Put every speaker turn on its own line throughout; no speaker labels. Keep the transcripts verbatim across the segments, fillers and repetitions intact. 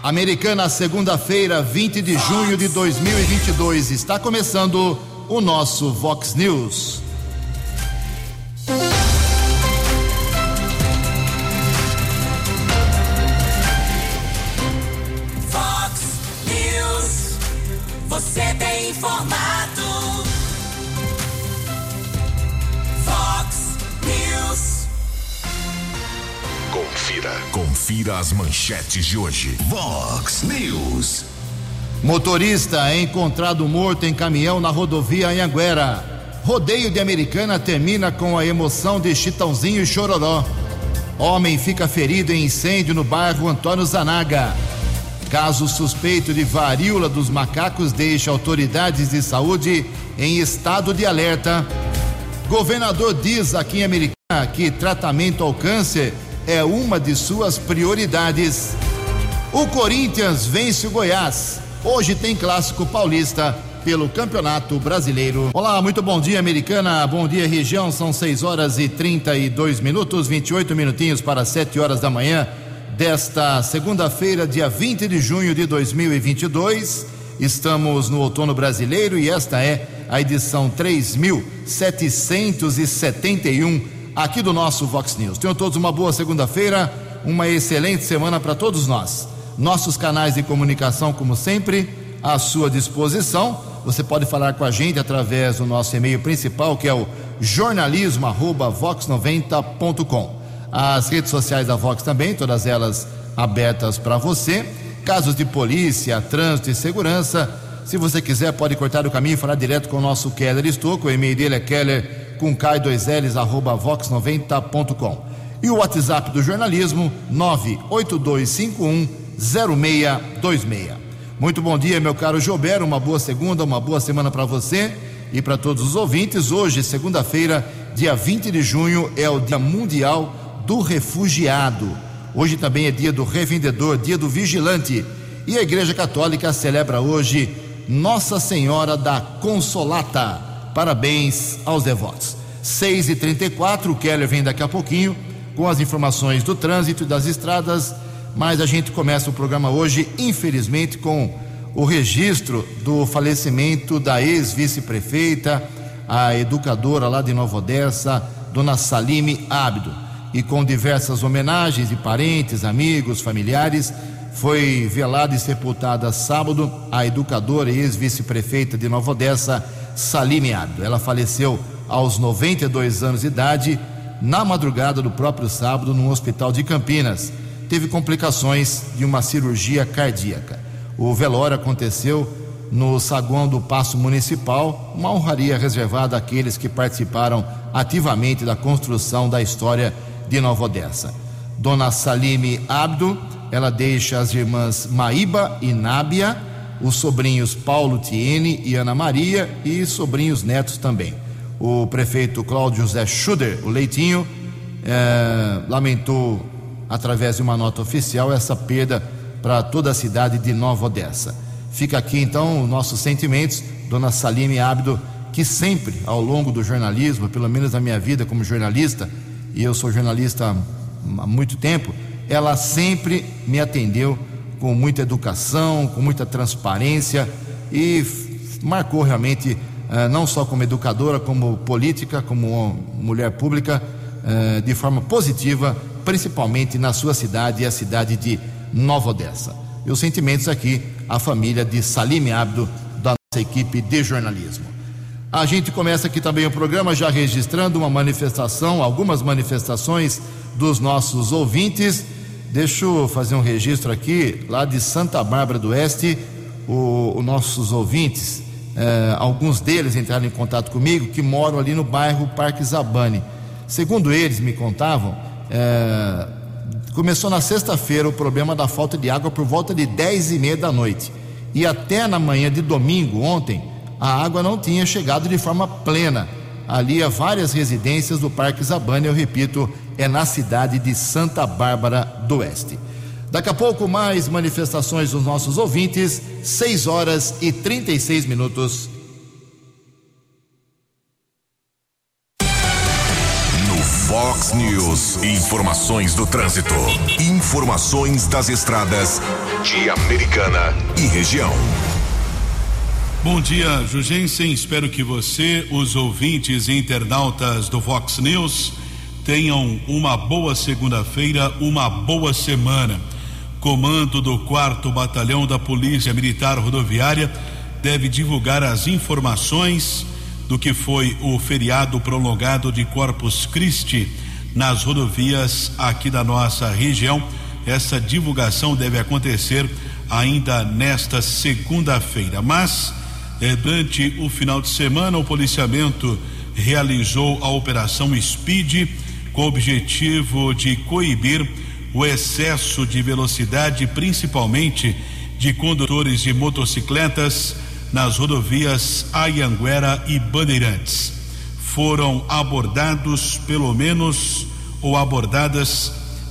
Americana, segunda-feira, vinte de junho de dois mil e vinte e dois. Está começando o nosso Vox News.
Vox News. Você bem informado. Vox News.
Confira, confira as manchetes de hoje. Vox News.
Motorista é encontrado morto em caminhão na rodovia Anhanguera. Rodeio de Americana termina com a emoção de Chitãozinho e Chororó. Homem fica ferido em incêndio no bairro Antônio Zanaga. Caso suspeito de varíola dos macacos deixa autoridades de saúde em estado de alerta. Governador diz aqui em Americana que tratamento ao câncer é uma de suas prioridades. O Corinthians vence o Goiás. Hoje tem clássico paulista pelo Campeonato Brasileiro. Olá, muito bom dia, Americana. Bom dia, região. São seis horas e trinta e dois minutos, vinte e oito minutinhos para sete horas da manhã desta segunda-feira, dia vinte de junho de dois mil e vinte e dois. Estamos no outono brasileiro e esta é a edição três mil setecentos e setenta e um aqui do nosso Vox News. Tenham todos uma boa segunda-feira, uma excelente semana para todos nós. Nossos canais de comunicação, como sempre, à sua disposição. Você pode falar com a gente através do nosso e-mail principal, que é o jornalismo arroba vox noventa ponto com. As redes sociais da Vox também, todas elas abertas para você. Casos de polícia, trânsito e segurança, se você quiser pode cortar o caminho e falar direto com o nosso Keller Estouco. O e-mail dele é keller com K dois L's arroba vox noventa ponto com. E o WhatsApp do jornalismo nove oito dois cinco um zero seis dois seis. Muito bom dia, meu caro Jober, uma boa segunda, uma boa semana para você e para todos os ouvintes. Hoje, segunda-feira, dia vinte de junho, é o Dia Mundial do Refugiado. Hoje também é dia do revendedor, dia do vigilante. E a Igreja Católica celebra hoje Nossa Senhora da Consolata. Parabéns aos devotos. seis e trinta e quatro, o Keller vem daqui a pouquinho com as informações do trânsito e das estradas, mas a gente começa o programa hoje, infelizmente, com o registro do falecimento da ex-vice-prefeita, a educadora lá de Nova Odessa, dona Salime Abdo, e com diversas homenagens de parentes, amigos, familiares. Foi velada e sepultada sábado a educadora e ex-vice-prefeita de Nova Odessa, Salime Abdo. Ela faleceu aos noventa e dois anos de idade, na madrugada do próprio sábado, no hospital de Campinas. Teve complicações de uma cirurgia cardíaca. O velório aconteceu no saguão do Paço Municipal, uma honraria reservada àqueles que participaram ativamente da construção da história de Nova Odessa. Dona Salime Abdo, ela deixa as irmãs Maíba e Nábia, os sobrinhos Paulo Tiene e Ana Maria e sobrinhos netos também. O prefeito Cláudio José Schuder, o Leitinho, eh, lamentou através de uma nota oficial essa perda para toda a cidade de Nova Odessa. Fica aqui então os nossos sentimentos, dona Salime Abdo, que sempre ao longo do jornalismo, pelo menos na minha vida como jornalista, e eu sou jornalista há muito tempo, ela sempre me atendeu com muita educação, com muita transparência e f- marcou realmente, uh, não só como educadora, como política, como mulher pública, uh, de forma positiva, principalmente na sua cidade e a cidade de Nova Odessa. Meus sentimentos aqui à família de Salime Abdo, da nossa equipe de jornalismo. A gente começa aqui também o programa já registrando uma manifestação, algumas manifestações dos nossos ouvintes. Deixa eu fazer um registro aqui, lá de Santa Bárbara do Oeste, os nossos ouvintes, eh, alguns deles entraram em contato comigo, que moram ali no bairro Parque Zabane. Segundo eles me contavam, eh, começou na sexta-feira o problema da falta de água por volta de dez e meia da noite. E até na manhã de domingo, ontem, a água não tinha chegado de forma plena ali a várias residências do Parque Zabane. Eu repito, é na cidade de Santa Bárbara do Oeste. Daqui a pouco mais manifestações dos nossos ouvintes, seis horas e trinta e seis minutos.
No Vox Vox News. Informações do trânsito. Informações das estradas de Americana e região.
Bom dia, Jugensen. Espero que você, os ouvintes e internautas do Vox News, tenham uma boa segunda-feira, uma boa semana. Comando do quarto Batalhão da Polícia Militar Rodoviária deve divulgar as informações do que foi o feriado prolongado de Corpus Christi nas rodovias aqui da nossa região. Essa divulgação deve acontecer ainda nesta segunda-feira, mas eh, durante o final de semana o policiamento realizou a operação Speed com o objetivo de coibir o excesso de velocidade, principalmente de condutores de motocicletas nas rodovias Anhanguera e Bandeirantes. Foram abordados pelo menos ou abordadas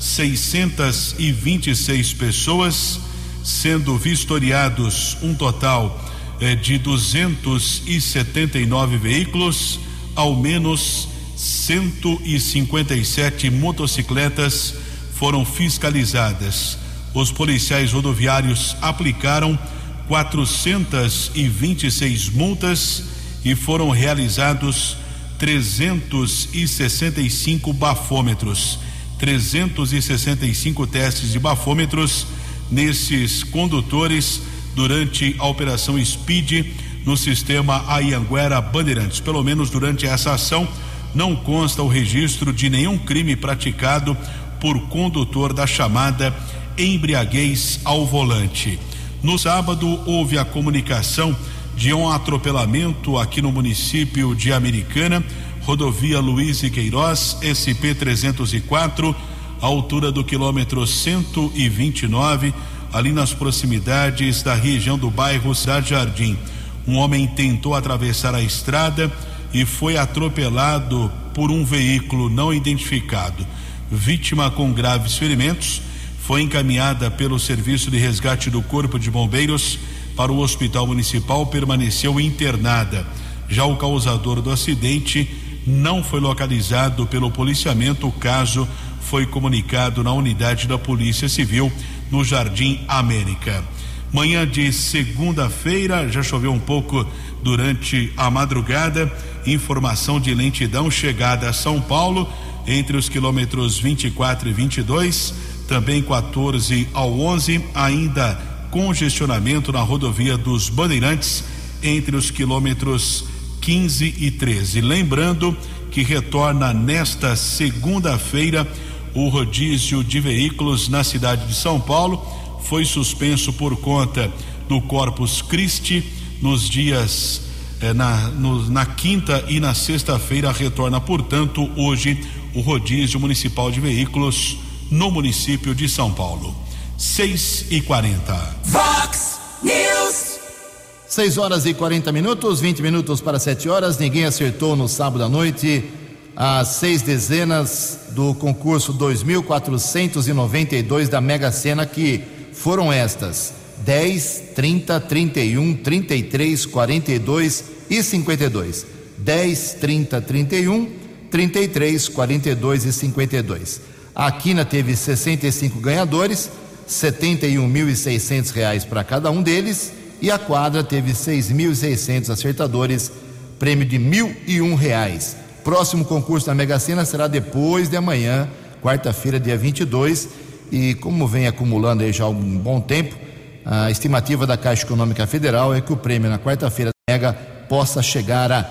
seiscentas e vinte e seis pessoas, sendo vistoriados um total eh, de duzentos e setenta e nove veículos, ao menos cento e cinquenta e sete motocicletas foram fiscalizadas. Os policiais rodoviários aplicaram quatrocentas e vinte e seis multas e foram realizados trezentos e sessenta e cinco bafômetros, trezentos e sessenta e cinco testes de bafômetros nesses condutores durante a operação Speed no sistema Anhanguera Bandeirantes. Pelo menos durante essa ação não consta o registro de nenhum crime praticado por condutor da chamada embriaguez ao volante. No sábado houve a comunicação de um atropelamento aqui no município de Americana, rodovia Luiz e Queiroz, S P trezentos e quatro, altura do quilômetro cento e vinte e nove, ali nas proximidades da região do bairro Cidade Jardim. Um homem tentou atravessar a estrada e foi atropelado por um veículo não identificado. Vítima com graves ferimentos foi encaminhada pelo Serviço de Resgate do Corpo de Bombeiros para o Hospital Municipal, permaneceu internada. Já o causador do acidente não foi localizado pelo policiamento. O caso foi comunicado na unidade da Polícia Civil no Jardim América. Manhã de segunda-feira, já choveu um pouco durante a madrugada. Informação de lentidão chegada a São Paulo entre os quilômetros vinte e quatro e vinte e dois, também quatorze ao onze, ainda congestionamento na rodovia dos Bandeirantes entre os quilômetros quinze e treze. Lembrando que retorna nesta segunda-feira o rodízio de veículos na cidade de São Paulo. Foi suspenso por conta do Corpus Christi nos dias eh, na, no, na quinta e na sexta-feira. Retorna, portanto, hoje o rodízio municipal de veículos no município de São Paulo. seis e quarenta.
Vox News.
seis horas e quarenta minutos, vinte minutos para sete horas. Ninguém acertou no sábado à noite as seis dezenas do concurso dois mil quatrocentos e noventa e dois da Mega Sena, que foram estas: dez, trinta, trinta e um, trinta e três, quarenta e dois e cinquenta e dois. dez, trinta, trinta e um, trinta e três, quarenta e dois e cinquenta e dois. A Quina teve sessenta e cinco ganhadores, setenta e um mil e seiscentos reais para cada um deles, e a Quadra teve seis mil e seiscentos acertadores, prêmio de mil e um reais. Próximo concurso da Mega Sena será depois de amanhã, quarta-feira, dia vinte e dois, e como vem acumulando aí já há um bom tempo, a estimativa da Caixa Econômica Federal é que o prêmio na quarta-feira da Mega possa chegar a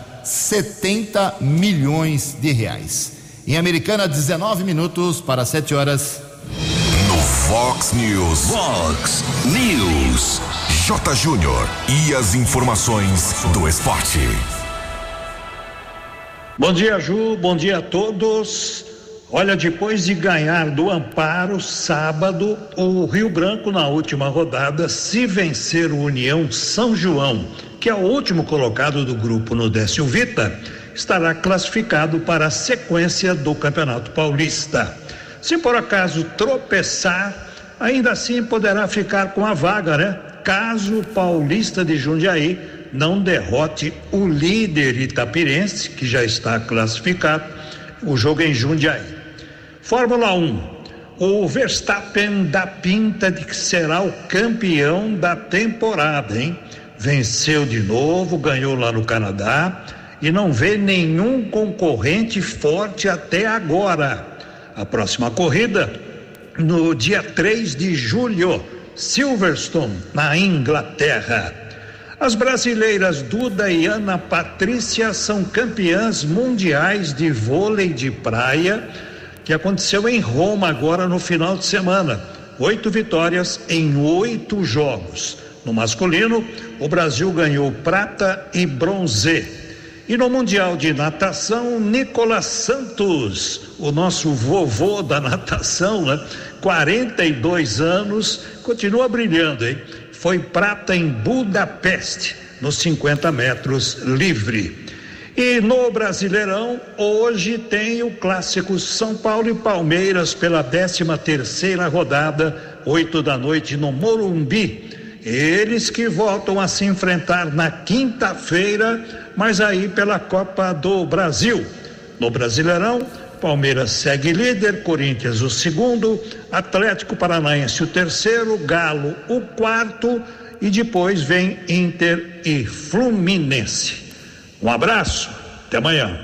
setenta milhões de reais. Em Americana, dezenove minutos para sete horas.
No Vox News. Vox News. J. Júnior e as informações do esporte.
Bom dia, Ju. Bom dia a todos. Olha, depois de ganhar do Amparo sábado, o Rio Branco na última rodada, se vencer o União São João, que é o último colocado do grupo no Décio Vita, estará classificado para a sequência do Campeonato Paulista. Se por acaso tropeçar, ainda assim poderá ficar com a vaga, né? Caso o Paulista de Jundiaí não derrote o líder itapirense, que já está classificado. O jogo é em Jundiaí. Fórmula um. O Verstappen dá pinta de que será o campeão da temporada, hein? Venceu de novo, ganhou lá no Canadá e não vê nenhum concorrente forte até agora. A próxima corrida, no dia três de julho, Silverstone, na Inglaterra. As brasileiras Duda e Ana Patrícia são campeãs mundiais de vôlei de praia, que aconteceu em Roma agora no final de semana. Oito vitórias em oito jogos. No masculino, o Brasil ganhou prata e bronze. E no Mundial de Natação, Nicolas Santos, o nosso vovô da natação, né? quarenta e dois anos, continua brilhando, hein? Foi prata em Budapeste, nos cinquenta metros livre. E no Brasileirão, hoje tem o clássico São Paulo e Palmeiras pela décima terceira rodada, oito da noite no Morumbi. Eles que voltam a se enfrentar na quinta-feira, mas aí pela Copa do Brasil. No Brasileirão, Palmeiras segue líder, Corinthians o segundo, Atlético Paranaense o terceiro, Galo o quarto e depois vem Inter e Fluminense. Um abraço, até amanhã.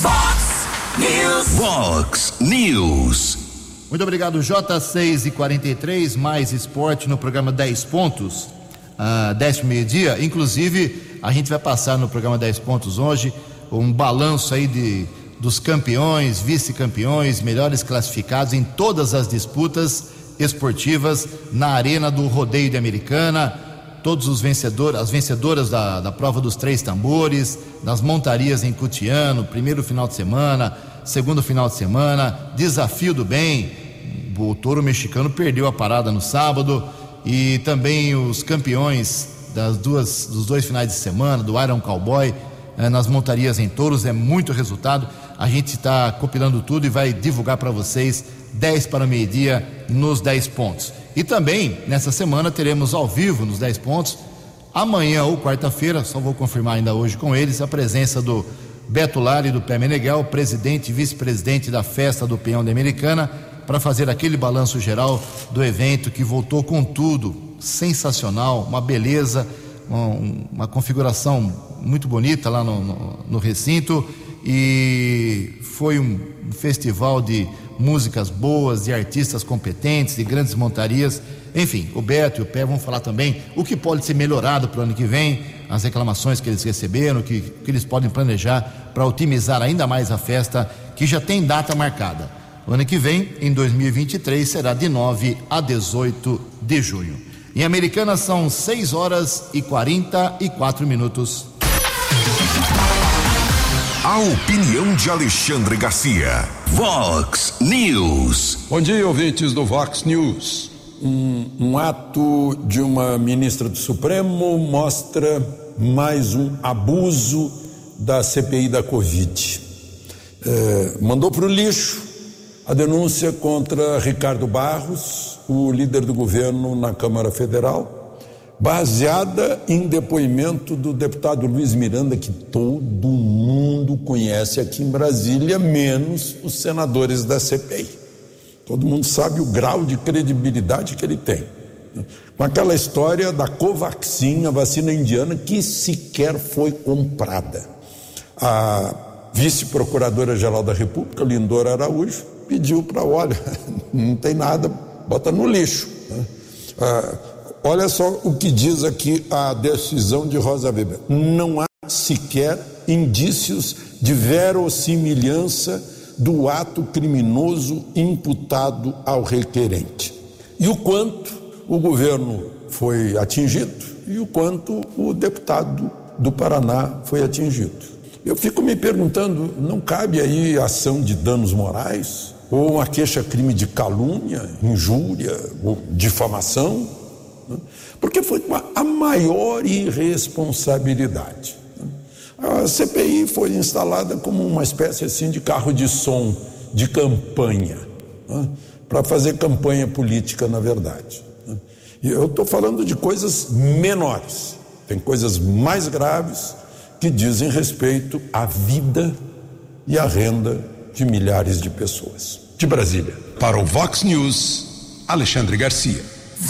Vox News.
Vox News.
Muito obrigado, J. seis e quarenta e três, mais esporte no programa dez pontos, uh, décimo meio-dia. Inclusive, a gente vai passar no programa dez pontos hoje um balanço aí de, dos campeões, vice-campeões, melhores classificados em todas as disputas esportivas na arena do Rodeio de Americana. Todos os vencedores, as vencedoras da, da prova dos três tambores, das montarias em Cutiano, primeiro final de semana, segundo final de semana, desafio do bem. O touro mexicano perdeu a parada no sábado, e também os campeões das duas, dos dois finais de semana, do Iron Cowboy, eh, nas montarias em touros. É muito resultado. A gente está compilando tudo e vai divulgar para vocês dez para o meio-dia nos dez pontos. E também nessa semana teremos ao vivo nos dez pontos, amanhã ou quarta-feira, só vou confirmar ainda hoje com eles, a presença do Beto Lari do Pé Meneghel, presidente e vice-presidente da festa do Peão da Americana, para fazer aquele balanço geral do evento que voltou com tudo, sensacional, uma beleza, uma, uma configuração muito bonita lá no, no, no recinto, e foi um festival de músicas boas, de artistas competentes, de grandes montarias. Enfim, o Beto e o Pé vão falar também o que pode ser melhorado para o ano que vem, as reclamações que eles receberam, o que, que eles podem planejar para otimizar ainda mais a festa, que já tem data marcada. O ano que vem, em dois mil e vinte e três, será de nove a dezoito de junho. Em Americana são seis horas e quarenta e quatro minutos.
A opinião de Alexandre Garcia. Vox News.
Bom dia, ouvintes do Vox News. Um, um ato de uma ministra do Supremo mostra mais um abuso da C P I da Covid. É, mandou para o lixo a denúncia contra Ricardo Barros, o líder do governo na Câmara Federal, baseada em depoimento do deputado Luiz Miranda, que todo mundo conhece aqui em Brasília, menos os senadores da C P I. Todo mundo sabe o grau de credibilidade que ele tem. Com aquela história da Covaxin, a vacina indiana, que sequer foi comprada. A vice-procuradora-geral da República, Lindora Araújo, pediu para, olha, não tem nada, bota no lixo. Né? Ah, olha só o que diz aqui a decisão de Rosa Weber. Não há sequer indícios de verossimilhança do ato criminoso imputado ao requerente. E o quanto o governo foi atingido e o quanto o deputado do Paraná foi atingido. Eu fico me perguntando, não cabe aí ação de danos morais? Ou uma queixa-crime de calúnia, injúria ou difamação? Porque foi uma, a maior irresponsabilidade. A C P I foi instalada como uma espécie assim de carro de som de campanha, né? Para fazer campanha política, na verdade. E eu estou falando de coisas menores, tem coisas mais graves que dizem respeito à vida e à renda de milhares de pessoas. De Brasília.
Para o Vox News, Alexandre Garcia.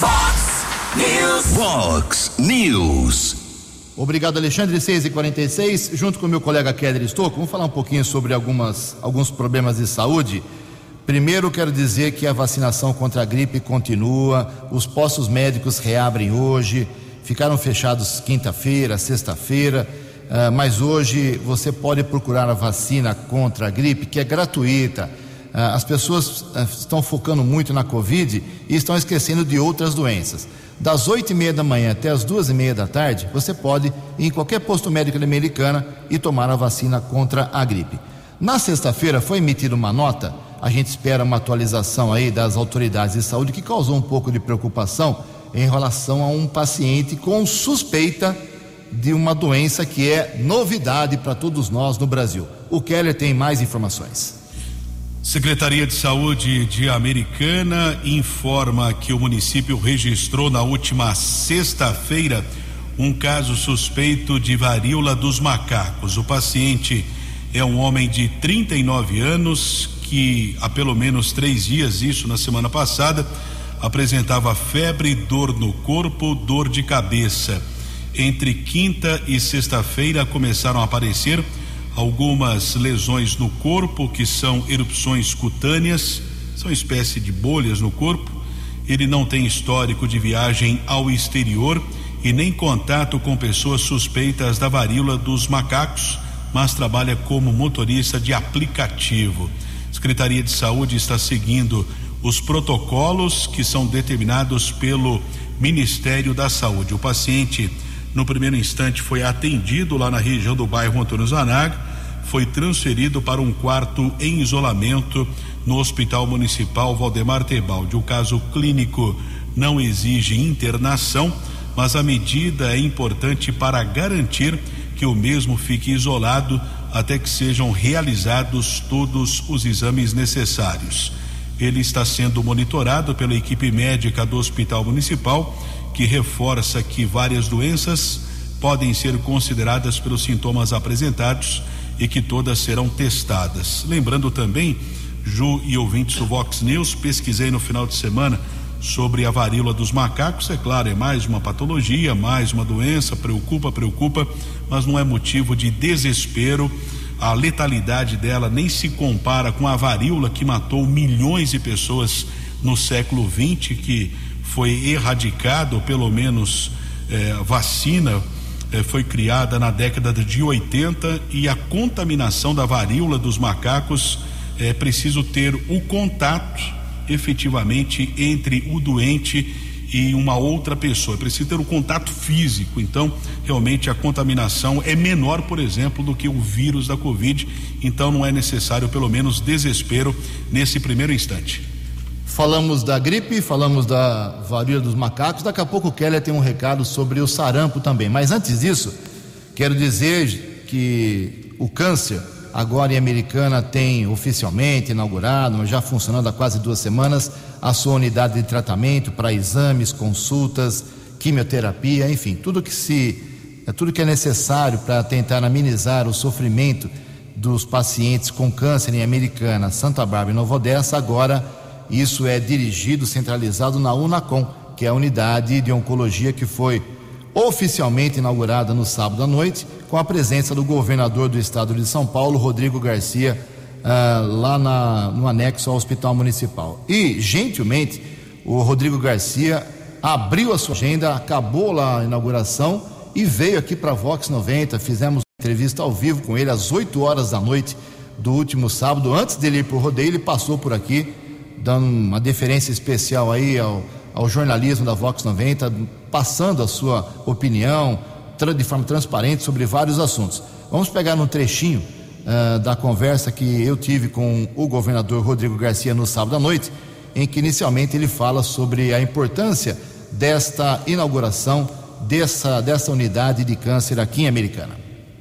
Vox News.
Vox News.
Obrigado, Alexandre. seis e quarenta e seis, junto com o meu colega Keller Estocco, vamos falar um pouquinho sobre algumas, alguns problemas de saúde. Primeiro, quero dizer que a vacinação contra a gripe continua, os postos médicos reabrem hoje, ficaram fechados quinta-feira, sexta-feira, uh, mas hoje você pode procurar a vacina contra a gripe, que é gratuita. Uh, as pessoas uh, estão focando muito na Covid e estão esquecendo de outras doenças. Das oito e meia da manhã até as duas e meia da tarde, você pode ir em qualquer posto médico da Americana e tomar a vacina contra a gripe. Na sexta-feira foi emitida uma nota, a gente espera uma atualização aí das autoridades de saúde, que causou um pouco de preocupação em relação a um paciente com suspeita de uma doença que é novidade para todos nós no Brasil. O Keller tem mais informações.
Secretaria de Saúde de Americana informa que o município registrou na última sexta-feira um caso suspeito de varíola dos macacos. O paciente é um homem de trinta e nove anos que há pelo menos três dias, isso na semana passada, apresentava febre, dor no corpo, dor de cabeça. Entre quinta e sexta-feira começaram a aparecer algumas lesões no corpo, que são erupções cutâneas, são espécie de bolhas no corpo. Ele não tem histórico de viagem ao exterior e nem contato com pessoas suspeitas da varíola dos macacos, mas trabalha como motorista de aplicativo. A Secretaria de Saúde está seguindo os protocolos que são determinados pelo Ministério da Saúde. O paciente, no primeiro instante, foi atendido lá na região do bairro Antônio Zanaga, foi transferido para um quarto em isolamento no Hospital Municipal Valdemar Tebaldi. O caso clínico não exige internação, mas a medida é importante para garantir que o mesmo fique isolado até que sejam realizados todos os exames necessários. Ele está sendo monitorado pela equipe médica do Hospital Municipal, que reforça que várias doenças podem ser consideradas pelos sintomas apresentados e que todas serão testadas. Lembrando também, Ju e ouvintes do Vox News, pesquisei no final de semana sobre a varíola dos macacos. É claro, é mais uma patologia, mais uma doença, preocupa, preocupa, mas não é motivo de desespero. A letalidade dela nem se compara com a varíola, que matou milhões de pessoas no século vinte, que foi erradicado, ou pelo menos eh, a vacina eh, foi criada na década de oitenta, e a contaminação da varíola dos macacos é preciso ter o contato efetivamente entre o doente e uma outra pessoa, é preciso ter o contato físico. Então realmente a contaminação é menor, por exemplo, do que o vírus da Covid, então não é necessário pelo menos desespero nesse primeiro instante.
Falamos da gripe, falamos da varíola dos macacos, daqui a pouco o Keller tem um recado sobre o sarampo também, mas antes disso quero dizer que o câncer agora em Americana tem oficialmente inaugurado, mas já funcionando há quase duas semanas, a sua unidade de tratamento para exames, consultas, quimioterapia, enfim, tudo que se, tudo que é necessário para tentar amenizar o sofrimento dos pacientes com câncer em Americana, Santa Bárbara e Nova Odessa. Agora isso é dirigido, centralizado na Unacom, que é a unidade de oncologia que foi oficialmente inaugurada no sábado à noite, com a presença do governador do estado de São Paulo, Rodrigo Garcia, uh, lá na, no anexo ao Hospital Municipal. E, gentilmente, o Rodrigo Garcia abriu a sua agenda, acabou lá a inauguração e veio aqui para a Vox noventa. Fizemos uma entrevista ao vivo com ele às oito horas da noite do último sábado. Antes dele ir para o rodeio, ele passou por aqui, dando uma deferência especial aí ao, ao jornalismo da Vox noventa, passando a sua opinião de forma transparente sobre vários assuntos. Vamos pegar um trechinho uh, da conversa que eu tive com o governador Rodrigo Garcia no sábado à noite, em que inicialmente ele fala sobre a importância desta inauguração dessa, dessa unidade de câncer aqui em Americana.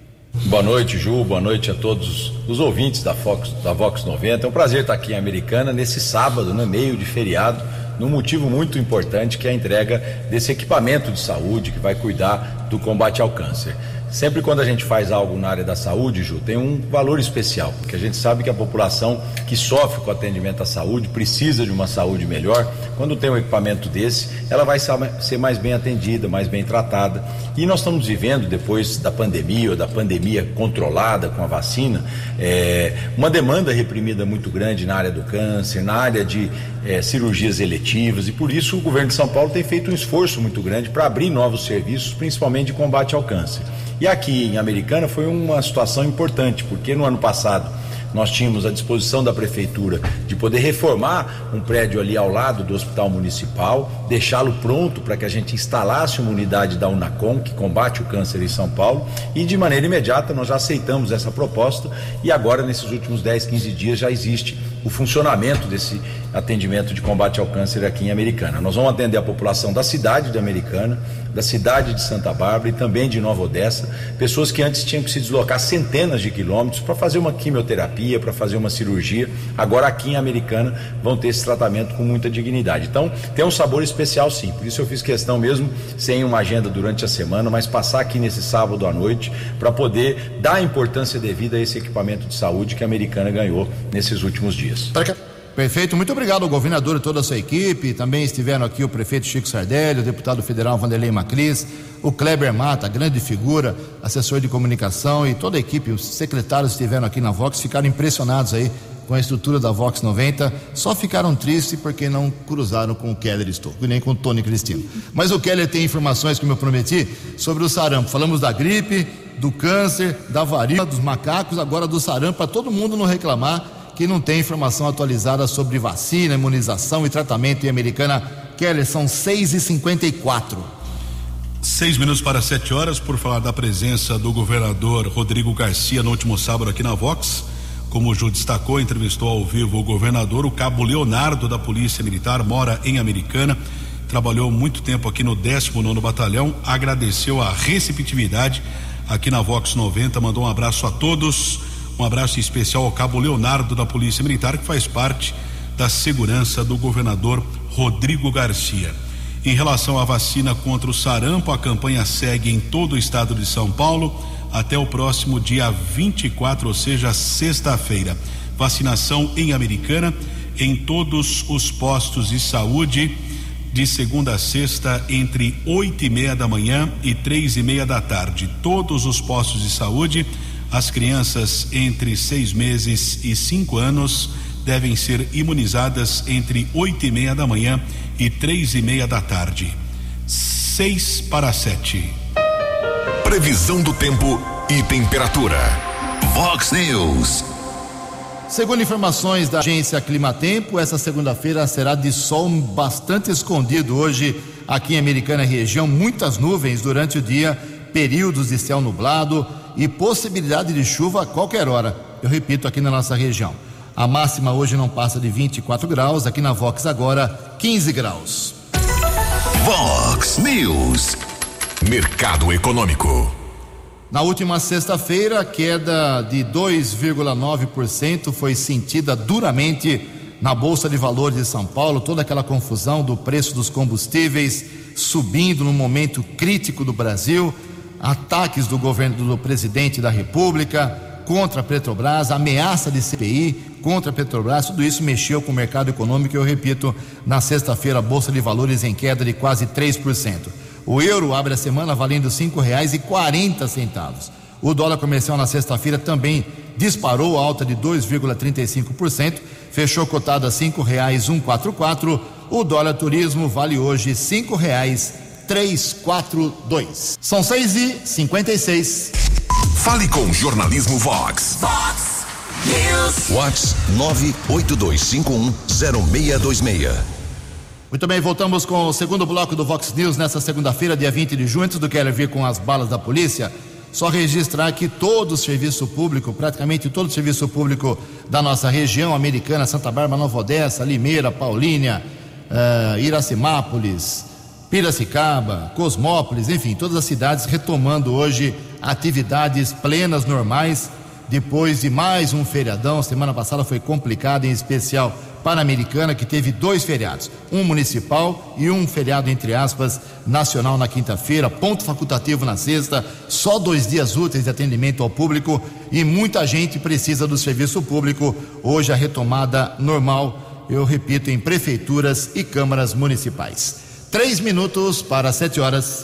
Boa noite, Ju, boa noite a todos os ouvintes da Vox, da Vox noventa. É um prazer estar aqui em Americana nesse sábado, né, meio de feriado, num motivo muito importante, que é a entrega desse equipamento de saúde que vai cuidar do combate ao câncer. Sempre quando a gente faz algo na área da saúde, Ju, tem um valor especial, porque a gente sabe que a população que sofre com o atendimento à saúde precisa de uma saúde melhor. Quando tem um equipamento desse, ela vai ser mais bem atendida, mais bem tratada. E nós estamos vivendo, depois da pandemia, ou da pandemia controlada com a vacina, é, uma demanda reprimida muito grande na área do câncer, na área de é, cirurgias eletivas, e por isso o governo de São Paulo tem feito um esforço muito grande para abrir novos serviços, principalmente de combate ao câncer. E aqui em Americana foi uma situação importante, porque no ano passado nós tínhamos à disposição da prefeitura de poder reformar um prédio ali ao lado do hospital municipal, deixá-lo pronto para que a gente instalasse uma unidade da Unacom, que combate o câncer em São Paulo, e de maneira imediata nós já aceitamos essa proposta, e agora nesses últimos dez, quinze dias já existe o funcionamento desse atendimento de combate ao câncer aqui em Americana. Nós vamos atender a população da cidade de Americana, da cidade de Santa Bárbara e também de Nova Odessa, pessoas que antes tinham que se deslocar centenas de quilômetros para fazer uma quimioterapia, para fazer uma cirurgia. Agora aqui em Americana vão ter esse tratamento com muita dignidade. Então tem um sabor especial, sim, por isso eu fiz questão mesmo, sem uma agenda durante a semana, mas passar aqui nesse sábado à noite para poder dar a importância devida a esse equipamento de saúde que a Americana ganhou nesses últimos dias.
Perfeito, muito obrigado ao governador e toda a sua equipe. Também estiveram aqui o prefeito Chico Sardelli, o deputado federal Vanderlei Macris, o Kleber Mata, grande figura, assessor de comunicação, e toda a equipe, os secretários estiveram aqui na Vox, ficaram impressionados aí com a estrutura da Vox noventa, só ficaram tristes porque não cruzaram com o Keller Estocco e nem com o Tony Cristino. Mas o Keller tem informações, como eu prometi, sobre o sarampo. Falamos da gripe, do câncer, da varíola, dos macacos, agora do sarampo, para todo mundo não reclamar que não tem informação atualizada sobre vacina, imunização e tratamento em Americana. Keller, são seis e cinquenta e quatro.
Seis minutos para sete horas. Por falar da presença do governador Rodrigo Garcia no último sábado aqui na Vox, como o Ju destacou, entrevistou ao vivo o governador. O cabo Leonardo da Polícia Militar mora em Americana, trabalhou muito tempo aqui no décimo nono Batalhão, agradeceu a receptividade aqui na Vox noventa, mandou um abraço a todos. Um abraço especial ao cabo Leonardo da Polícia Militar, que faz parte da segurança do governador Rodrigo Garcia. Em relação à vacina contra o sarampo, a campanha segue em todo o estado de São Paulo até o próximo dia vinte e quatro, ou seja, sexta-feira. Vacinação em Americana, em todos os postos de saúde, de segunda a sexta, entre oito e meia da manhã e três e meia da tarde. Todos os postos de saúde. As crianças entre seis meses e cinco anos devem ser imunizadas entre oito e meia da manhã e três e meia da tarde. Seis para sete.
Previsão do tempo e temperatura. Vox News.
Segundo informações da agência Climatempo, essa segunda-feira será de sol bastante escondido hoje aqui em Americana região. Muitas nuvens durante o dia, períodos de céu nublado e possibilidade de chuva a qualquer hora. Eu repito, aqui na nossa região. A máxima hoje não passa de vinte e quatro graus, aqui na Vox agora quinze graus.
Vox News. Mercado Econômico.
Na última sexta-feira, a queda de dois vírgula nove por cento foi sentida duramente na Bolsa de Valores de São Paulo. Toda aquela confusão do preço dos combustíveis subindo no momento crítico do Brasil, ataques do governo do presidente da República contra a Petrobras, ameaça de C P I contra a Petrobras, tudo isso mexeu com o mercado econômico. Eu repito, na sexta-feira a Bolsa de Valores em queda de quase três por cento. O euro abre a semana valendo cinco reais e quarenta centavos. O dólar comercial na sexta-feira também disparou, alta de dois vírgula trinta e cinco por cento, fechou cotado a cinco reais cento e quarenta e quatro. O dólar turismo vale hoje cinco reais trezentos e quarenta e dois. São seis e cinquenta e seis.
Fale com o Jornalismo Vox.
Vox News.
Vox nove oito dois cinco um zero seis dois seis.
Muito bem, voltamos com o segundo bloco do Vox News nessa segunda-feira, dia vinte de junho. Antes do Keller vir com as balas da polícia, só registrar que todo o serviço público, praticamente todo o serviço público da nossa região, Americana, Santa Bárbara, Nova Odessa, Limeira, Paulínia, uh, Iracemápolis, Piracicaba, Cosmópolis, enfim, todas as cidades retomando hoje atividades plenas, normais, depois de mais um feriadão. Semana passada foi complicada, em especial Pan-Americana, que teve dois feriados, um municipal e um feriado, entre aspas, nacional na quinta-feira, ponto facultativo na sexta, só dois dias úteis de atendimento ao público e muita gente precisa do serviço público. Hoje a retomada normal, eu repito, em prefeituras e câmaras municipais. Três minutos para sete horas.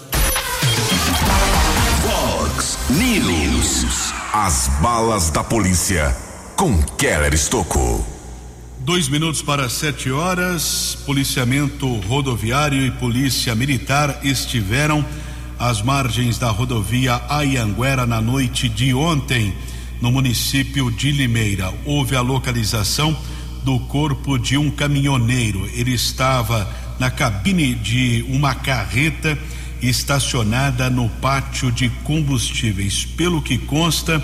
Vox News. As balas da polícia com Keller Estocco.
Dois minutos para sete horas. Policiamento rodoviário e polícia militar estiveram às margens da rodovia Anhanguera na noite de ontem, no município de Limeira. Houve a localização do corpo de um caminhoneiro. Ele estava na cabine de uma carreta estacionada no pátio de combustíveis. Pelo que consta,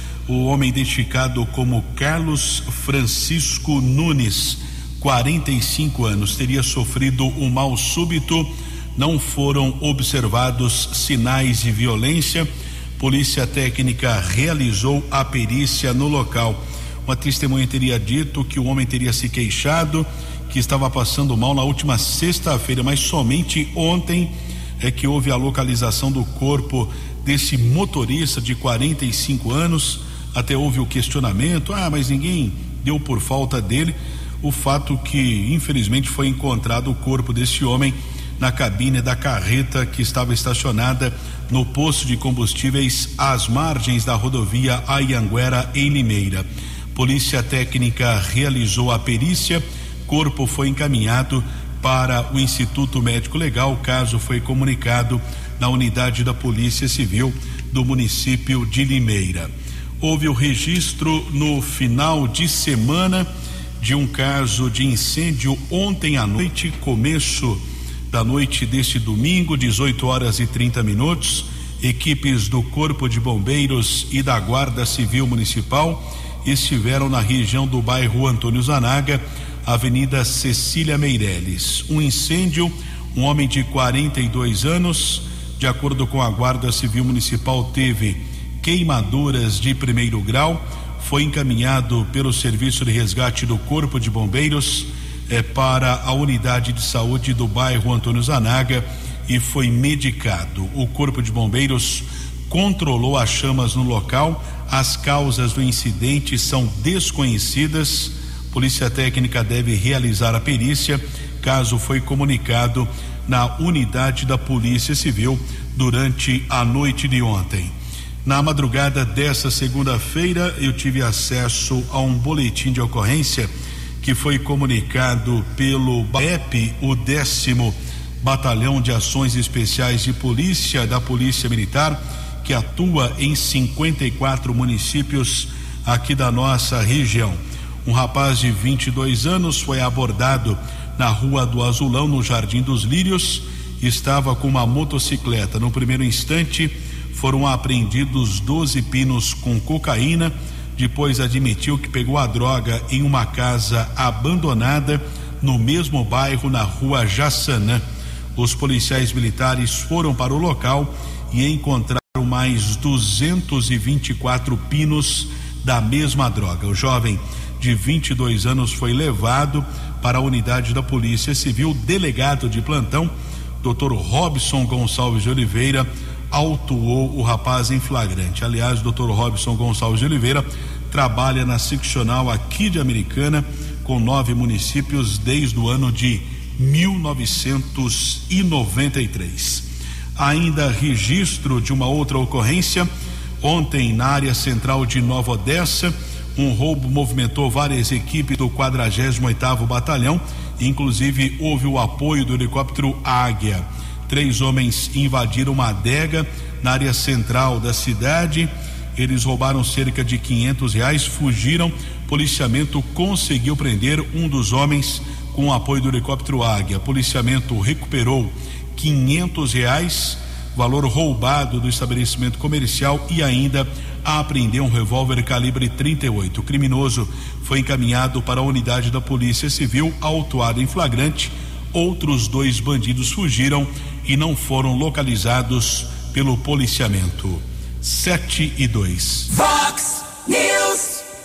o homem identificado como Carlos Francisco Nunes, quarenta e cinco anos, teria sofrido um mal súbito. Não foram observados sinais de violência. Polícia técnica realizou a perícia no local. Uma testemunha teria dito que o homem teria se queixado que estava passando mal na última sexta-feira, mas somente ontem é que houve a localização do corpo desse motorista de quarenta e cinco anos. Até houve o questionamento, ah, mas ninguém deu por falta dele. O fato que, infelizmente, foi encontrado o corpo desse homem na cabine da carreta que estava estacionada no posto de combustíveis às margens da rodovia Anhanguera, em Limeira. Polícia técnica realizou a perícia, corpo foi encaminhado para o Instituto Médico Legal. O caso foi comunicado na unidade da Polícia Civil do município de Limeira. Houve o registro no final de semana de um caso de incêndio ontem à noite, começo da noite deste domingo, dezoito horas e trinta minutos. Equipes do Corpo de Bombeiros e da Guarda Civil Municipal estiveram na região do bairro Antônio Zanaga, Avenida Cecília Meireles. Um incêndio, um homem de quarenta e dois anos, de acordo com a Guarda Civil Municipal, teve queimaduras de primeiro grau, foi encaminhado pelo Serviço de Resgate do Corpo de Bombeiros eh, para a unidade de saúde do bairro Antônio Zanaga e foi medicado. O Corpo de Bombeiros controlou as chamas no local. As causas do incidente são desconhecidas. Polícia técnica deve realizar a perícia. Caso foi comunicado na unidade da Polícia Civil durante a noite de ontem. Na madrugada dessa segunda-feira, eu tive acesso a um boletim de ocorrência que foi comunicado pelo B A E P, o décimo Batalhão de Ações Especiais de Polícia da Polícia Militar, que atua em cinquenta e quatro municípios aqui da nossa região. Um rapaz de vinte e dois anos foi abordado na Rua do Azulão, no Jardim dos Lírios. Estava com uma motocicleta. No primeiro instante, foram apreendidos doze pinos com cocaína. Depois admitiu que pegou a droga em uma casa abandonada no mesmo bairro, na Rua Jaçanã. Os policiais militares foram para o local e encontraram mais duzentos e vinte e quatro pinos da mesma droga. O jovem de vinte e dois anos foi levado para a unidade da Polícia Civil. Delegado de plantão, doutor Robson Gonçalves de Oliveira, autuou o rapaz em flagrante. Aliás, o doutor Robson Gonçalves de Oliveira trabalha na seccional aqui de Americana, com nove municípios desde o ano de mil novecentos e noventa e três. Ainda registro de uma outra ocorrência. Ontem, na área central de Nova Odessa, um roubo movimentou várias equipes do quadragésimo oitavo Batalhão, inclusive houve o apoio do helicóptero Águia. Três homens invadiram uma adega na área central da cidade. Eles roubaram cerca de quinhentos reais, fugiram. Policiamento conseguiu prender um dos homens com o apoio do helicóptero Águia. Policiamento recuperou quinhentos reais, valor roubado do estabelecimento comercial, e ainda apreendeu um revólver calibre trinta e oito. O criminoso foi encaminhado para a unidade da Polícia Civil, autuado em flagrante. Outros dois bandidos fugiram e não foram localizados pelo policiamento. Sete e dois.
Vox News.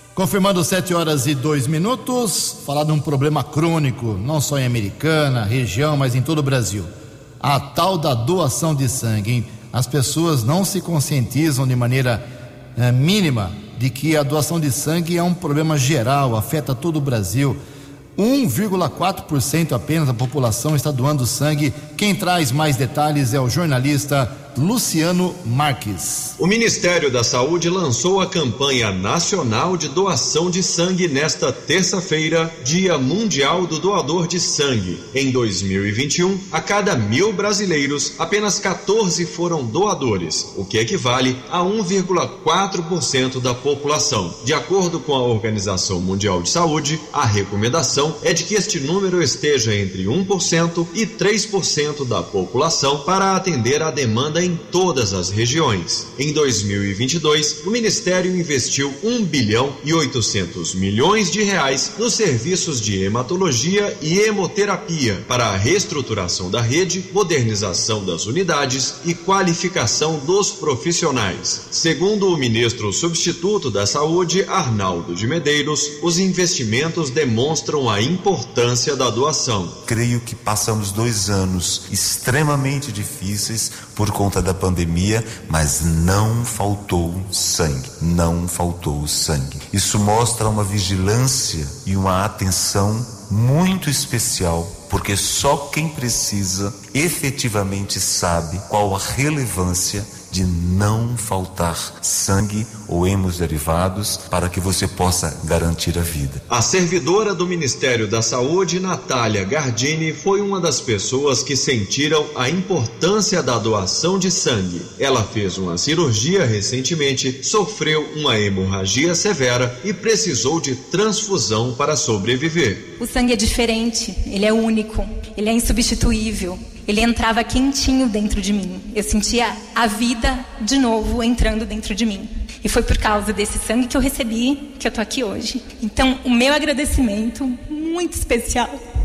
Confirmando sete horas e dois minutos, falar de um problema crônico, não só em Americana, região, mas em todo o Brasil. A tal da doação de sangue, hein? As pessoas não se conscientizam de maneira é, mínima de que a doação de sangue é um problema geral, afeta todo o Brasil. um vírgula quatro por cento apenas da população está doando sangue. Quem traz mais detalhes é o jornalista Luciano Marques.
O Ministério da Saúde lançou a campanha nacional de doação de sangue nesta terça-feira, Dia Mundial do Doador de Sangue. Em dois mil e vinte e um, a cada mil brasileiros, apenas quatorze foram doadores, o que equivale a um vírgula quatro por cento da população. De acordo com a Organização Mundial de Saúde, a recomendação é de que este número esteja entre um por cento e três por cento da população para atender a demanda em todas as regiões. Em dois mil e vinte e dois, o Ministério investiu um bilhão e oitocentos milhões de reais nos serviços de hematologia e hemoterapia para a reestruturação da rede, modernização das unidades e qualificação dos profissionais. Segundo o ministro substituto da Saúde, Arnaldo de Medeiros, os investimentos demonstram a importância da doação.
Creio que passamos dois anos extremamente difíceis por conta da pandemia, mas não faltou sangue, não faltou sangue. Isso mostra uma vigilância e uma atenção muito especial, porque só quem precisa efetivamente sabe qual a relevância de não faltar sangue ou hemoderivados para que você possa garantir a vida.
A servidora do Ministério da Saúde, Natália Gardini, foi uma das pessoas que sentiram a importância da doação de sangue. Ela fez uma cirurgia recentemente, sofreu uma hemorragia severa e precisou de transfusão para sobreviver.
O sangue é diferente, ele é único, ele é insubstituível. Ele entrava quentinho dentro de mim. Eu sentia a vida de novo entrando dentro de mim. E foi por causa desse sangue que eu recebi que eu tô aqui hoje. Então, o meu agradecimento muito especial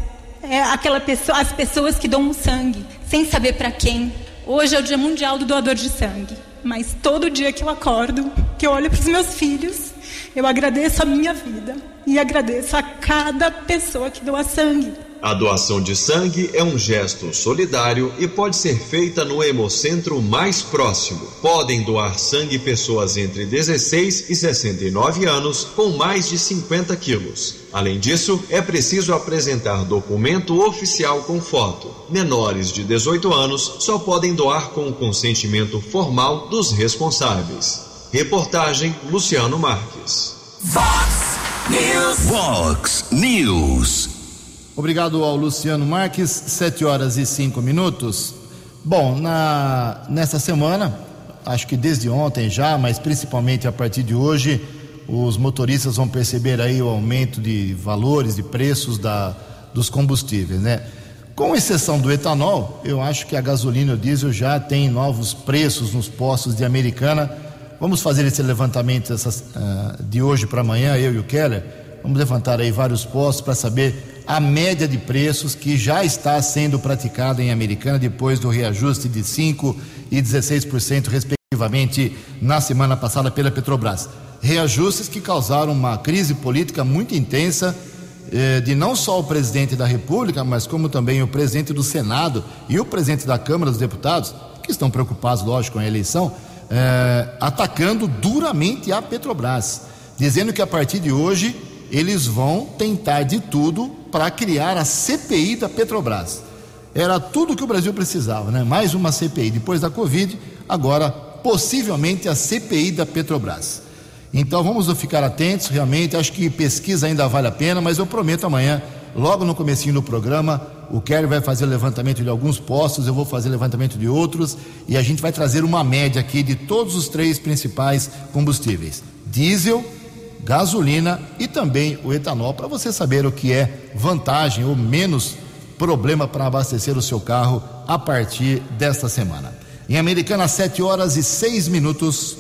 é aquela pessoa, as pessoas que dão sangue, sem saber para quem. Hoje é o Dia Mundial do Doador de Sangue. Mas todo dia que eu acordo, que eu olho para os meus filhos, eu agradeço a minha vida e agradeço a cada pessoa que doa sangue.
A doação de sangue é um gesto solidário e pode ser feita no hemocentro mais próximo. Podem doar sangue pessoas entre dezesseis e sessenta e nove anos com mais de cinquenta quilos. Além disso, é preciso apresentar documento oficial com foto. Menores de dezoito anos só podem doar com o consentimento formal dos responsáveis. Reportagem Luciano Marques.
Vox News.
Vox News.
Obrigado ao Luciano Marques, sete horas e cinco minutos. Bom, na, nessa semana, acho que desde ontem já, mas principalmente a partir de hoje, os motoristas vão perceber aí o aumento de valores, de preços da, dos combustíveis, né? Com exceção do etanol, eu acho que a gasolina e o diesel já tem novos preços nos postos de Americana. Vamos fazer esse levantamento essas, uh, de hoje para amanhã, eu e o Keller. Vamos levantar aí vários postos para saber a média de preços que já está sendo praticada em Americana depois do reajuste de cinco por cento e dezesseis por cento respectivamente na semana passada pela Petrobras. Reajustes que causaram uma crise política muito intensa eh, de não só o presidente da República, mas como também o presidente do Senado e o presidente da Câmara dos Deputados, que estão preocupados, lógico, com a eleição, eh, atacando duramente a Petrobras, dizendo que a partir de hoje eles vão tentar de tudo para criar a C P I da Petrobras. Era tudo que o Brasil precisava, né? Mais uma C P I. Depois da Covid, agora possivelmente a C P I da Petrobras. Então vamos ficar atentos, realmente. Acho que pesquisa ainda vale a pena, mas eu prometo amanhã, logo no comecinho do programa, o Kelly vai fazer o levantamento de alguns postos, eu vou fazer o levantamento de outros, e a gente vai trazer uma média aqui de todos os três principais combustíveis: diesel, gasolina e também o etanol, para você saber o que é vantagem ou menos problema para abastecer o seu carro a partir desta semana. Em Americana, sete horas e seis minutos.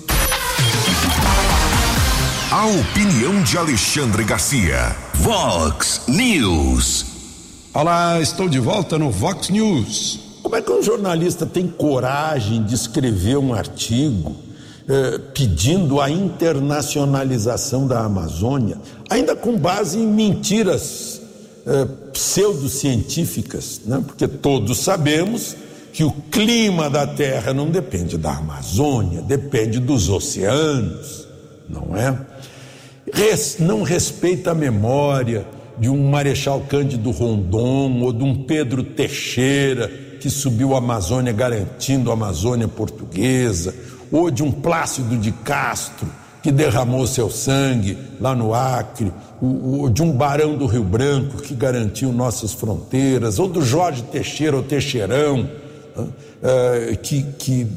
A opinião de Alexandre Garcia. Vox News.
Olá, estou de volta no Vox News. Como é que um jornalista tem coragem de escrever um artigo eh, pedindo a internacionalização da Amazônia, ainda com base em mentiras eh, pseudocientíficas, né? Porque todos sabemos que o clima da Terra não depende da Amazônia, depende dos oceanos, não é? Res, não respeita a memória de um Marechal Cândido Rondon ou de um Pedro Teixeira que subiu a Amazônia garantindo a Amazônia portuguesa, ou de um Plácido de Castro que derramou seu sangue lá no Acre, ou de um Barão do Rio Branco que garantiu nossas fronteiras, ou do Jorge Teixeira ou Teixeirão que, que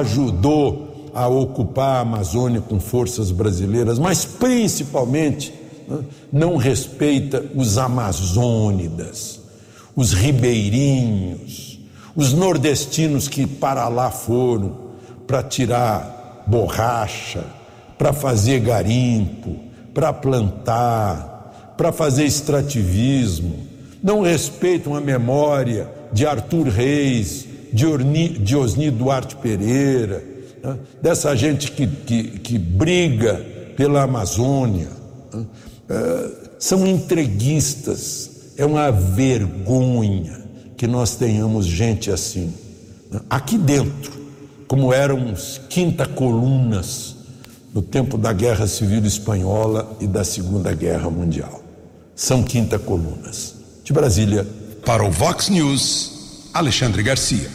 ajudou a ocupar a Amazônia com forças brasileiras, mas principalmente não respeita os amazônidas, os ribeirinhos, os nordestinos que para lá foram para tirar borracha, para fazer garimpo, para plantar, para fazer extrativismo. Não respeitam a memória de Arthur Reis, de, Orni, de Osni Duarte Pereira, né? Dessa gente que, que, que briga pela Amazônia. Né? Uh, são entreguistas. É uma vergonha que nós tenhamos gente assim, né? Aqui dentro, como eram os quinta colunas no tempo da Guerra Civil Espanhola e da Segunda Guerra Mundial. São quinta colunas. De Brasília,
para o Vox News, Alexandre Garcia.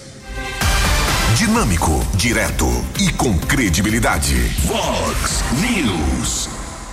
Dinâmico, direto e com credibilidade. Vox News.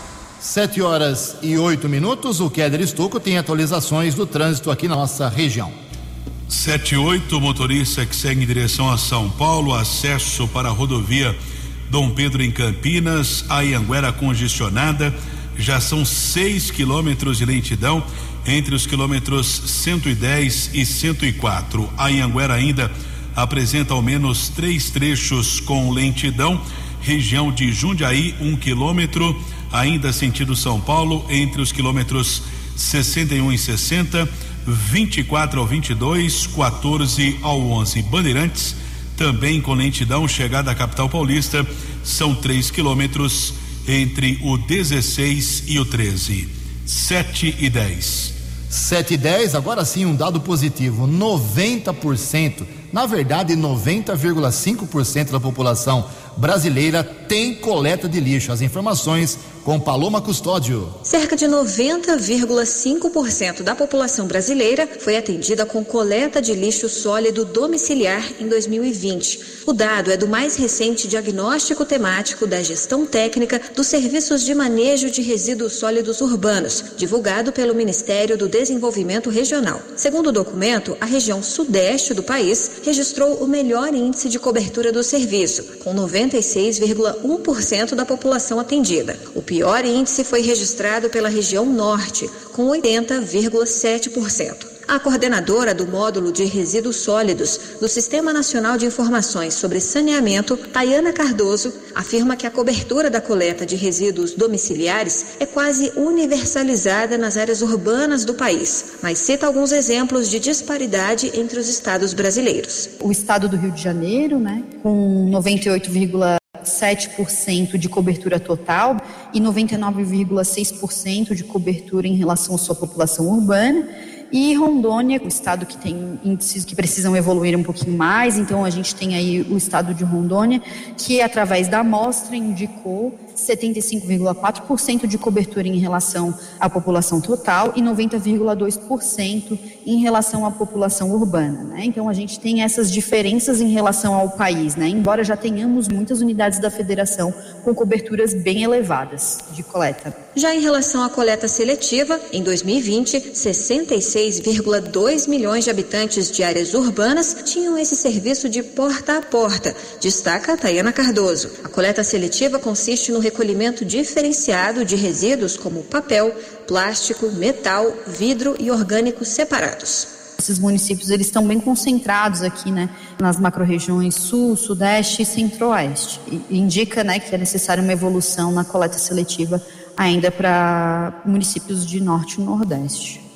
Sete horas e oito minutos. O Kéder Estocco tem atualizações do trânsito aqui na nossa região.
Sete e oito, motorista que segue em direção a São Paulo, acesso para a rodovia Dom Pedro em Campinas, a Anhanguera congestionada, já são seis quilômetros de lentidão entre os quilômetros cento e dez e cento e quatro. A Anhanguera ainda apresenta ao menos três trechos com lentidão, região de Jundiaí, um quilômetro, ainda sentido São Paulo, entre os quilômetros sessenta e um e sessenta, vinte e quatro ao vinte e dois, quatorze ao onze. Bandeirantes, também com lentidão, chegada à capital paulista, são três quilômetros entre o dezesseis e o treze. Sete e dez.
Sete e dez, agora sim um dado positivo, noventa por cento, na verdade noventa vírgula cinco por cento da população brasileira tem coleta de lixo. As informações com Paloma Custódio.
Cerca de noventa vírgula cinco por cento da população brasileira foi atendida com coleta de lixo sólido domiciliar em dois mil e vinte. O dado é do mais recente diagnóstico temático da gestão técnica dos serviços de manejo de resíduos sólidos urbanos, divulgado pelo Ministério do Desenvolvimento Regional. Segundo o documento, a região sudeste do país registrou o melhor índice de cobertura do serviço, com noventa e seis vírgula um por cento da população atendida. O pior índice foi registrado pela região norte, com oitenta vírgula sete por cento. A coordenadora do módulo de resíduos sólidos do Sistema Nacional de Informações sobre Saneamento, Tayana Cardoso, afirma que a cobertura da coleta de resíduos domiciliares é quase universalizada nas áreas urbanas do país, mas cita alguns exemplos de disparidade entre os estados brasileiros.
O estado do Rio de Janeiro, né, com noventa e oito vírgula sete por cento de cobertura total e noventa e nove vírgula seis por cento de cobertura em relação à sua população urbana. E Rondônia, o estado que tem índices que precisam evoluir um pouquinho mais, então a gente tem aí o estado de Rondônia, que através da amostra indicou setenta e cinco vírgula quatro por cento de cobertura em relação à população total e noventa vírgula dois por cento em relação à população urbana, né? Então a gente tem essas diferenças em relação ao país, né? Embora já tenhamos muitas unidades da federação com coberturas bem elevadas de coleta.
Já em relação à coleta seletiva, em dois mil e vinte, sessenta e seis vírgula dois milhões de habitantes de áreas urbanas tinham esse serviço de porta a porta, destaca Tayana Cardoso. A coleta seletiva consiste no recolhimento diferenciado de resíduos como papel, plástico, metal, vidro e orgânicos separados.
Esses municípios eles estão bem concentrados aqui, né, nas macro-regiões sul, sudeste e centro-oeste. E indica, né, que é necessária uma evolução na coleta seletiva ainda para municípios de norte e nordeste.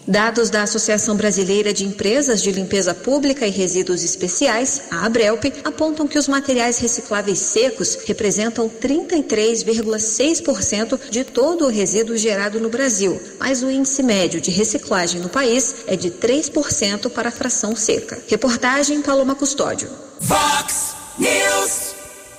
Dados da Associação Brasileira de Empresas de Limpeza Pública e Resíduos Especiais, a ABRELP, apontam que os materiais recicláveis secos representam trinta e três vírgula seis por cento de todo o resíduo gerado no Brasil, mas o índice médio de reciclagem no país é de três por cento para a fração seca. Reportagem Paloma Custódio.
Vox News.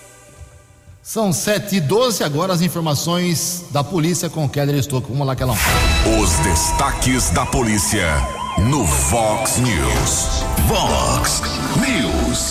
São sete e doze, agora as informações da polícia com Keller Estocco. Vamos lá, Kelão.
Os destaques da polícia no Vox News. Vox News.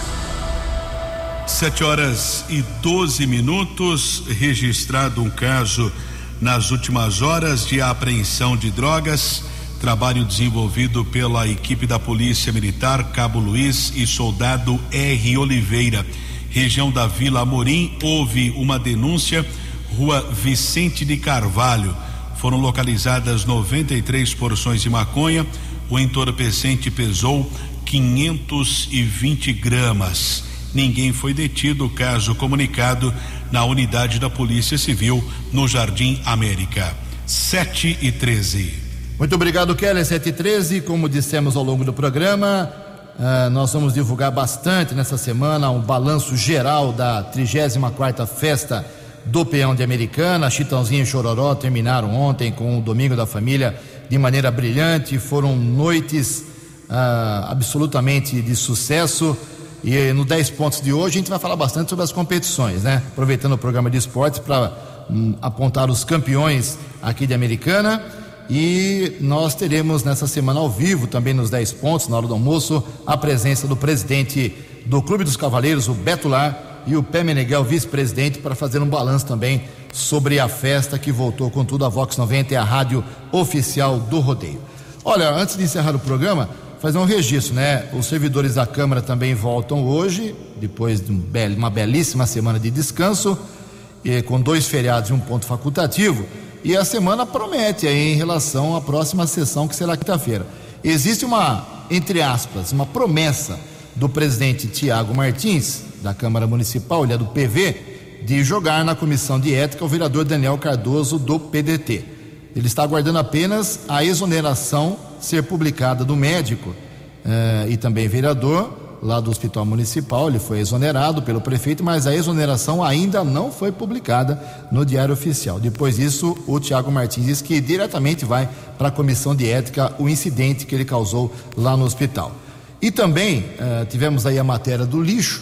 Sete horas e doze minutos, registrado um caso nas últimas horas de apreensão de drogas, trabalho desenvolvido pela equipe da Polícia Militar, Cabo Luiz e Soldado R. Oliveira. Região da Vila Amorim, houve uma denúncia, Rua Vicente de Carvalho. Foram localizadas noventa e três porções de maconha, o entorpecente pesou quinhentos e vinte gramas. Ninguém foi detido, caso comunicado na unidade da Polícia Civil no Jardim América. sete e treze.
Muito obrigado, Keller. sete e treze, como dissemos ao longo do programa, Uh, nós vamos divulgar bastante nessa semana um balanço geral da trigésima quarta Festa do Peão de Americana. Chitãozinho e Chororó terminaram ontem com o Domingo da Família de maneira brilhante. Foram noites uh, absolutamente de sucesso. E no dez pontos de hoje a gente vai falar bastante sobre as competições, né? Aproveitando o programa de esportes para um, apontar os campeões aqui de Americana. E nós teremos nessa semana ao vivo, também nos dez pontos, na hora do almoço, a presença do presidente do Clube dos Cavaleiros, o Beto Lar, e o Pé Meneghel, vice-presidente, para fazer um balanço também sobre a festa que voltou com tudo. A Vox noventa é a rádio oficial do rodeio. Olha, antes de encerrar o programa, fazer um registro, né? Os servidores da Câmara também voltam hoje, depois de uma belíssima semana de descanso, e com dois feriados e um ponto facultativo. E a semana promete aí em relação à próxima sessão, que será quinta-feira. Existe uma, entre aspas, uma promessa do presidente Tiago Martins, da Câmara Municipal, ele é do P V, de jogar na comissão de ética o vereador Daniel Cardoso, do P D T. Ele está aguardando apenas a exoneração ser publicada do médico eh, e também vereador lá do Hospital Municipal. Ele foi exonerado pelo prefeito, mas a exoneração ainda não foi publicada no Diário Oficial. Depois disso, o Tiago Martins diz que diretamente vai para a comissão de ética o incidente que ele causou lá no hospital. E também uh, tivemos aí a matéria do lixo,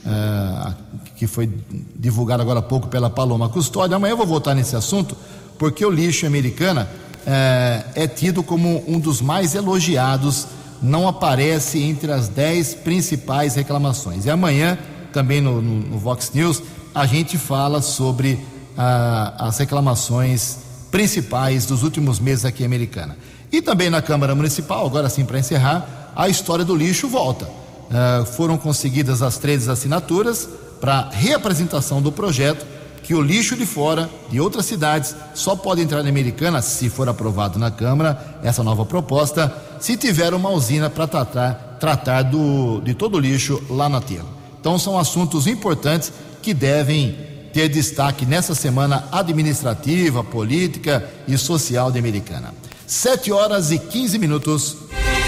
uh, que foi divulgada agora há pouco pela Paloma Custódio. Amanhã eu vou voltar nesse assunto, porque o lixo Americana uh, é tido como um dos mais elogiados, não aparece entre as dez principais reclamações. E amanhã, também no, no, no Vox News, a gente fala sobre ah, as reclamações principais dos últimos meses aqui em Americana. E também na Câmara Municipal, agora sim para encerrar, a história do lixo volta. Ah, foram conseguidas as treze assinaturas para reapresentação do projeto, que o lixo de fora, de outras cidades, só pode entrar na Americana, se for aprovado na Câmara, essa nova proposta, se tiver uma usina para tratar, tratar do, de todo o lixo lá no aterro. Então são assuntos importantes que devem ter destaque nessa semana administrativa, política e social de Americana. sete horas e quinze minutos.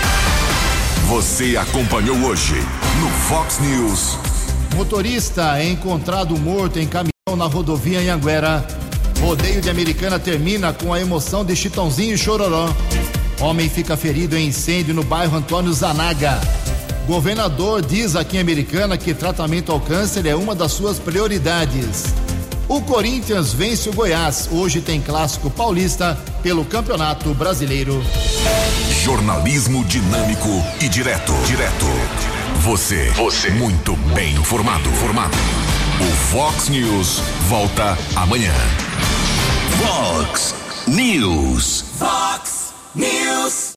Você acompanhou hoje no Vox News.
Motorista é encontrado morto em caminhão na rodovia Anhanguera. Rodeio de Americana termina com a emoção de Chitãozinho e Chororó. Homem fica ferido em incêndio no bairro Antônio Zanaga. Governador diz aqui em Americana que tratamento ao câncer é uma das suas prioridades. O Corinthians vence o Goiás. Hoje tem clássico paulista pelo Campeonato Brasileiro.
Jornalismo dinâmico e direto. Direto. Você. Você. Muito bem informado. Formado. O Vox News volta amanhã.
Vox News. Vox News.